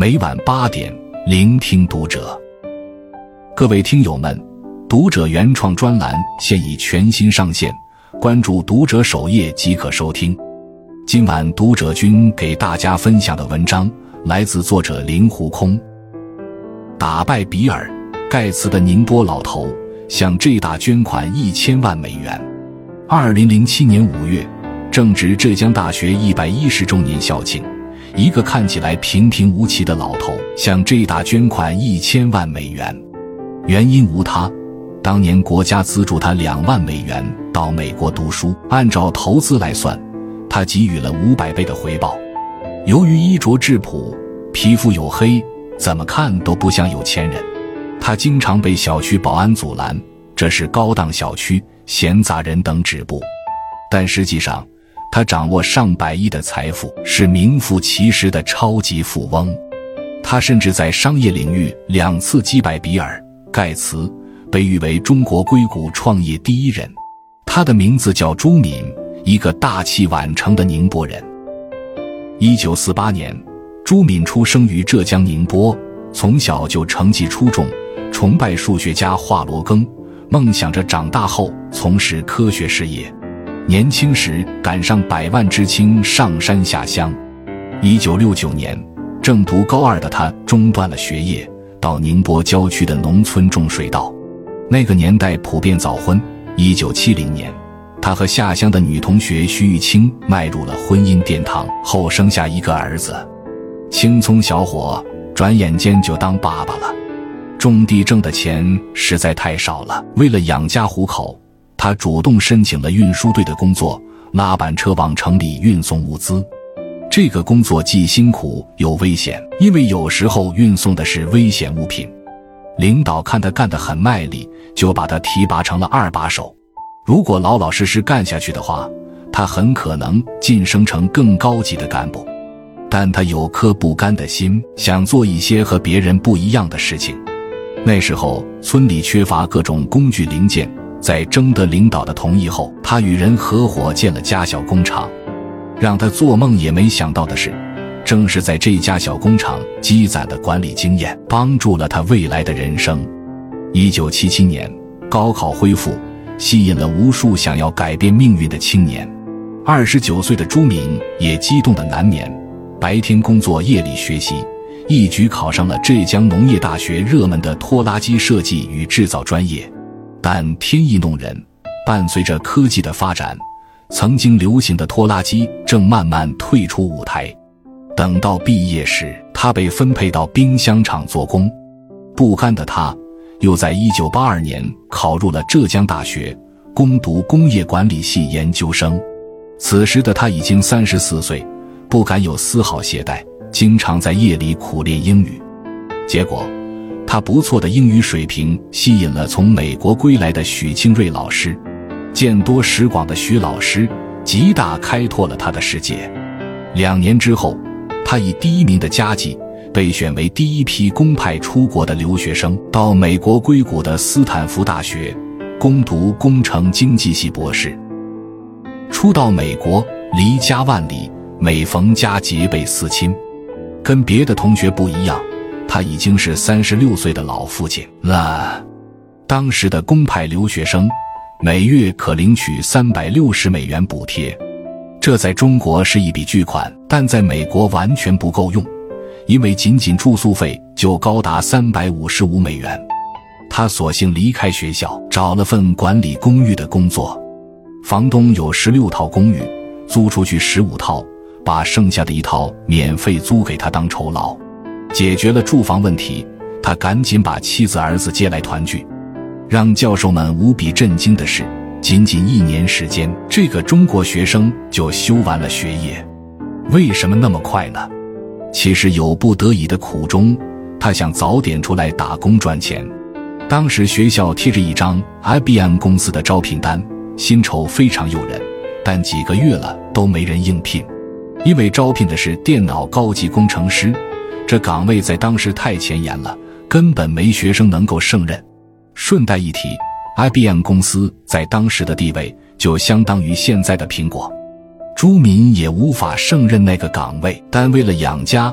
每晚8点，聆听读者。各位听友们，读者原创专栏现已全新上线，关注读者首页即可收听。今晚读者君给大家分享的文章来自作者令狐空。打败比尔盖茨的宁波老头向浙大捐款1000万美元。2007年5月，正值浙江大学110周年校庆，一个看起来平平无奇的老头向浙大捐款1000万美元。原因无他，当年国家资助他2万美元到美国读书，按照投资来算，他给予了500倍的回报。由于衣着质朴，皮肤黝黑，怎么看都不像有钱人。他经常被小区保安阻拦，这是高档小区，闲杂人等止步。但实际上，他掌握上百亿的财富，是名副其实的超级富翁。他甚至在商业领域2次击败比尔盖茨，被誉为中国硅谷创业第一人。他的名字叫朱敏，一个大器晚成的宁波人。1948年，朱敏出生于浙江宁波，从小就成绩出众，崇拜数学家华罗庚，梦想着长大后从事科学事业。年轻时赶上100万知青上山下乡。1969年，正读高2的他中断了学业，到宁波郊区的农村种水稻。那个年代普遍早婚。1970年，他和下乡的女同学徐玉清迈入了婚姻殿堂，后生下一个儿子。青葱小伙转眼间就当爸爸了。种地挣的钱实在太少了，为了养家糊口，他主动申请了运输队的工作，拉板车往城里运送物资。这个工作既辛苦又危险，因为有时候运送的是危险物品。领导看他干得很卖力，就把他提拔成了2把手。如果老老实实干下去的话，他很可能晋升成更高级的干部。但他有颗不甘的心，想做一些和别人不一样的事情。那时候村里缺乏各种工具零件，在征得领导的同意后，他与人合伙建了家小工厂。让他做梦也没想到的是，正是在这家小工厂积攒的管理经验，帮助了他未来的人生。1977年，高考恢复，吸引了无数想要改变命运的青年。29岁的朱敏也激动得难眠，白天工作，夜里学习，一举考上了浙江农业大学热门的拖拉机设计与制造专业。但天意弄人，伴随着科技的发展，曾经流行的拖拉机正慢慢退出舞台。等到毕业时，他被分配到冰箱厂做工。不甘的他，又在1982年考入了浙江大学，攻读工业管理系研究生。此时的他已经34岁，不敢有丝毫懈怠，经常在夜里苦练英语。结果他不错的英语水平吸引了从美国归来的许清瑞老师。见多识广的许老师极大开拓了他的世界。2年之后，他以第1名的佳绩被选为第一批公派出国的留学生，到美国硅谷的斯坦福大学攻读工程经济系博士。初到美国，离家万里，每逢佳节倍思亲。跟别的同学不一样，他已经是36岁的老父亲了。当时的公派留学生每月可领取360美元补贴，这在中国是一笔巨款，但在美国完全不够用，因为仅住宿费就高达355美元。他索性离开学校，找了份管理公寓的工作。房东有16套公寓，租出去15套，把剩下的1套免费租给他当酬劳。解决了住房问题，他赶紧把妻子儿子接来团聚。让教授们无比震惊的是，仅1年时间，这个中国学生就修完了学业。为什么那么快呢？其实有不得已的苦衷，他想早点出来打工赚钱。当时学校贴着一张 IBM 公司的招聘单，薪酬非常诱人，但几个月了都没人应聘。因为招聘的是电脑高级工程师，这岗位在当时太前沿了，根本没学生能够胜任。顺带一提， IBM 公司在当时的地位就相当于现在的苹果。朱敏也无法胜任那个岗位，但为了养家，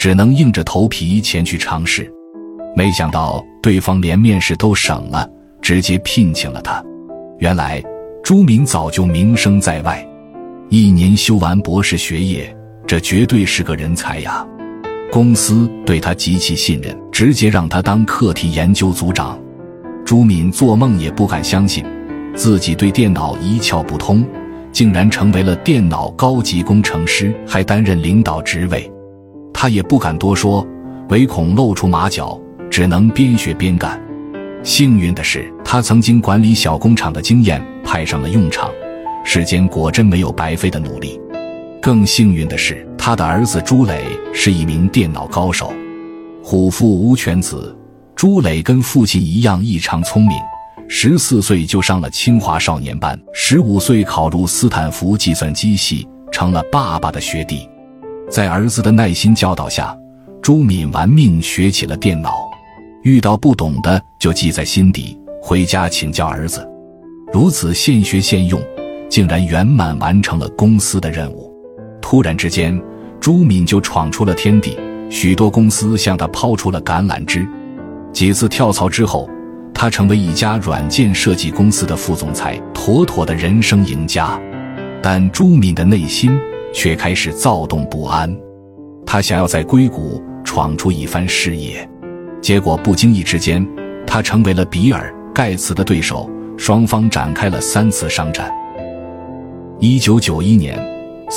只能硬着头皮前去尝试。没想到对方连面试都省了，直接聘请了他。原来朱敏早就名声在外，1年修完博士学业，这绝对是个人才呀。公司对他极其信任，直接让他当课题研究组长。朱敏做梦也不敢相信自己对电脑一窍不通，竟然成为了电脑高级工程师，还担任领导职位。他也不敢多说，唯恐露出马脚，只能边学边干。幸运的是，他曾经管理小工厂的经验派上了用场，世间果真没有白费的努力。更幸运的是，他的儿子朱磊是一名电脑高手。虎父无犬子，朱磊跟父亲一样异常聪明，14岁就上了清华少年班，15岁考入斯坦福计算机系，成了爸爸的学弟。在儿子的耐心教导下，朱敏玩命学起了电脑，遇到不懂的就记在心底，回家请教儿子。如此现学现用，竟然圆满完成了公司的任务。突然之间，朱敏就闯出了天地，许多公司向他抛出了橄榄枝。几次跳槽之后，他成为一家软件设计公司的副总裁，妥妥的人生赢家。但朱敏的内心却开始躁动不安，他想要在硅谷闯出一番事业。结果不经意之间，他成为了比尔·盖茨的对手，双方展开了3次商战。1991年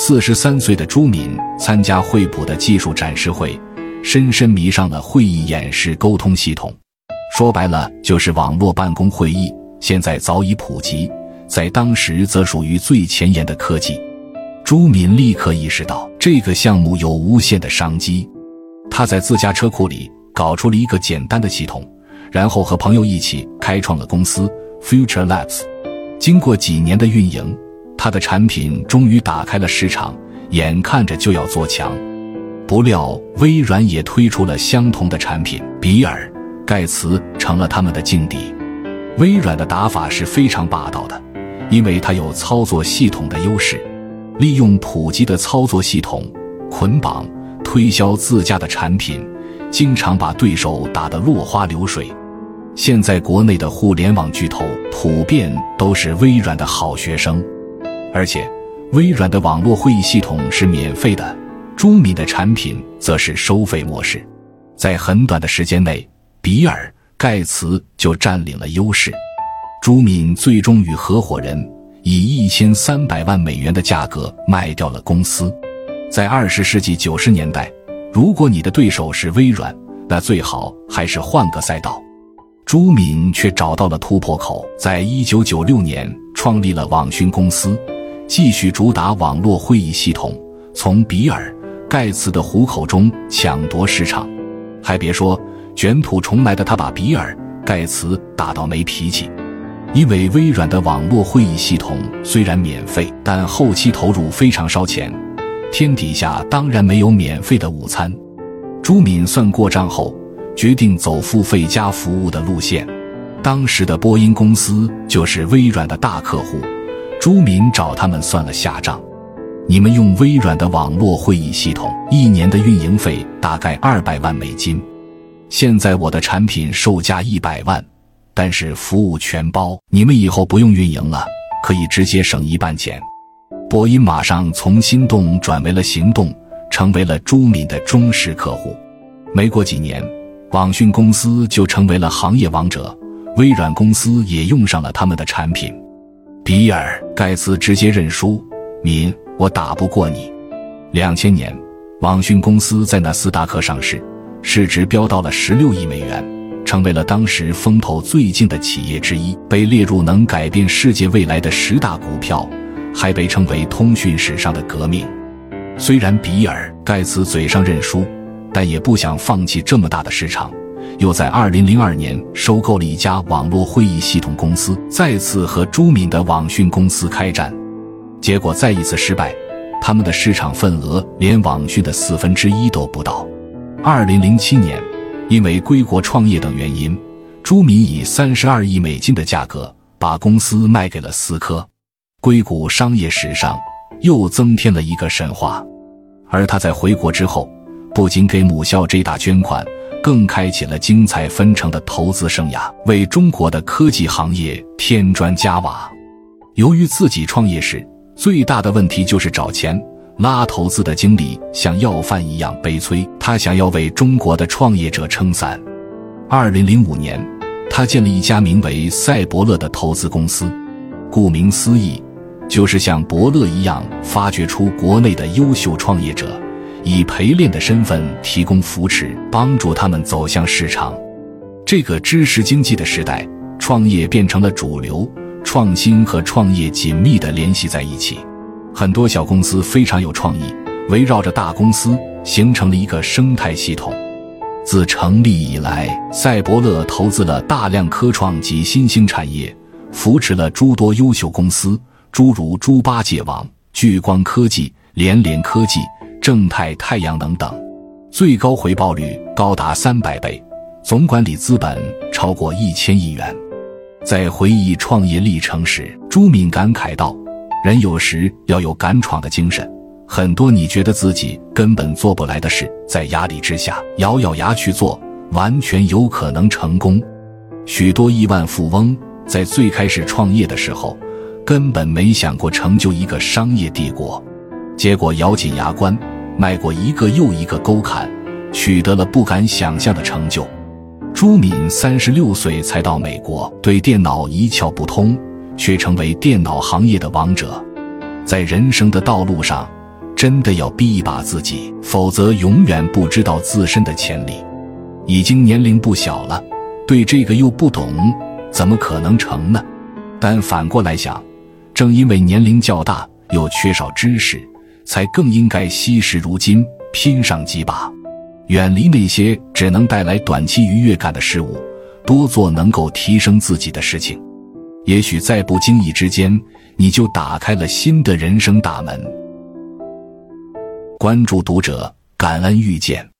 ，43岁的朱敏参加惠普的技术展示会，深深迷上了会议演示沟通系统。说白了就是网络办公会议，现在早已普及，在当时则属于最前沿的科技。朱敏立刻意识到这个项目有无限的商机，他在自家车库里搞出了一个简单的系统，然后和朋友一起开创了公司 Future Labs。 经过几年的运营，他的产品终于打开了市场，眼看着就要做强。不料微软也推出了相同的产品，比尔·盖茨成了他们的劲敌。微软的打法是非常霸道的，因为它有操作系统的优势，利用普及的操作系统捆绑推销自家的产品，经常把对手打得落花流水。现在国内的互联网巨头普遍都是微软的好学生，而且微软的网络会议系统是免费的，朱敏的产品则是收费模式。在很短的时间内，比尔·盖茨就占领了优势。朱敏最终与合伙人以1300万美元的价格卖掉了公司。在20世纪90年代，如果你的对手是微软，那最好还是换个赛道。朱敏却找到了突破口，在1996年创立了网讯公司，继续主打网络会议系统，从比尔·盖茨的虎口中抢夺市场。还别说，卷土重来的他把比尔·盖茨打到没脾气。因为微软的网络会议系统虽然免费，但后期投入非常烧钱，天底下当然没有免费的午餐。朱敏算过账后，决定走付费加服务的路线。当时的波音公司就是微软的大客户，朱敏找他们算了下账。你们用微软的网络会议系统，1年的运营费大概200万美金。现在我的产品售价100万，但是服务全包，你们以后不用运营了，可以直接省1半钱。波音马上从心动转为了行动，成为了朱敏的忠实客户。没过几年，网讯公司就成为了行业王者，微软公司也用上了他们的产品。比尔·盖茨直接认输，敏，我打不过你。2000年，网讯公司在纳斯达克上市，市值飙到了16亿美元，成为了当时风头最劲的企业之一，被列入能改变世界未来的10大股票，还被称为通讯史上的革命。虽然比尔·盖茨嘴上认输，但也不想放弃这么大的市场，又在2002年收购了一家网络会议系统公司，再次和朱敏的网讯公司开战。结果再一次失败，他们的市场份额连网讯的1/4都不到。2007年，因为归国创业等原因，朱敏以32亿美金的价格把公司卖给了思科。硅谷商业史上又增添了一个神话。而他在回国之后， 不仅给母校最大捐款，更开启了精彩纷呈的投资生涯，为中国的科技行业添砖加瓦。由于自己创业时最大的问题就是找钱，拉投资的经历像要饭一样悲催，他想要为中国的创业者撑伞。2005年，他建立一家名为赛博乐的投资公司，顾名思义，就是像伯乐一样发掘出国内的优秀创业者，以陪练的身份提供扶持，帮助他们走向市场。这个知识经济的时代，创业变成了主流，创新和创业紧密地联系在一起。很多小公司非常有创意，围绕着大公司形成了一个生态系统。自成立以来，赛博乐投资了大量科创及新兴产业，扶持了诸多优秀公司，诸如猪八戒网、聚光科技、联联科技、正泰太阳能等，最高回报率高达300倍，总管理资本超过1000亿元。在回忆创业历程时，朱敏感慨道，人有时要有敢闯的精神，很多你觉得自己根本做不来的事，在压力之下咬咬牙去做，完全有可能成功。许多亿万富翁在最开始创业的时候，根本没想过成就一个商业帝国，结果咬紧牙关，迈过一个又一个沟坎，取得了不敢想象的成就。朱敏36岁才到美国，对电脑一窍不通，却成为电脑行业的王者。在人生的道路上，真的要逼一把自己，否则永远不知道自身的潜力。已经年龄不小了，对这个又不懂，怎么可能成呢？但反过来想，正因为年龄较大，又缺少知识，才更应该惜时如金，拼上几把，远离那些只能带来短期愉悦感的事物，多做能够提升自己的事情。也许在不经意之间，你就打开了新的人生大门。关注读者，感恩遇见。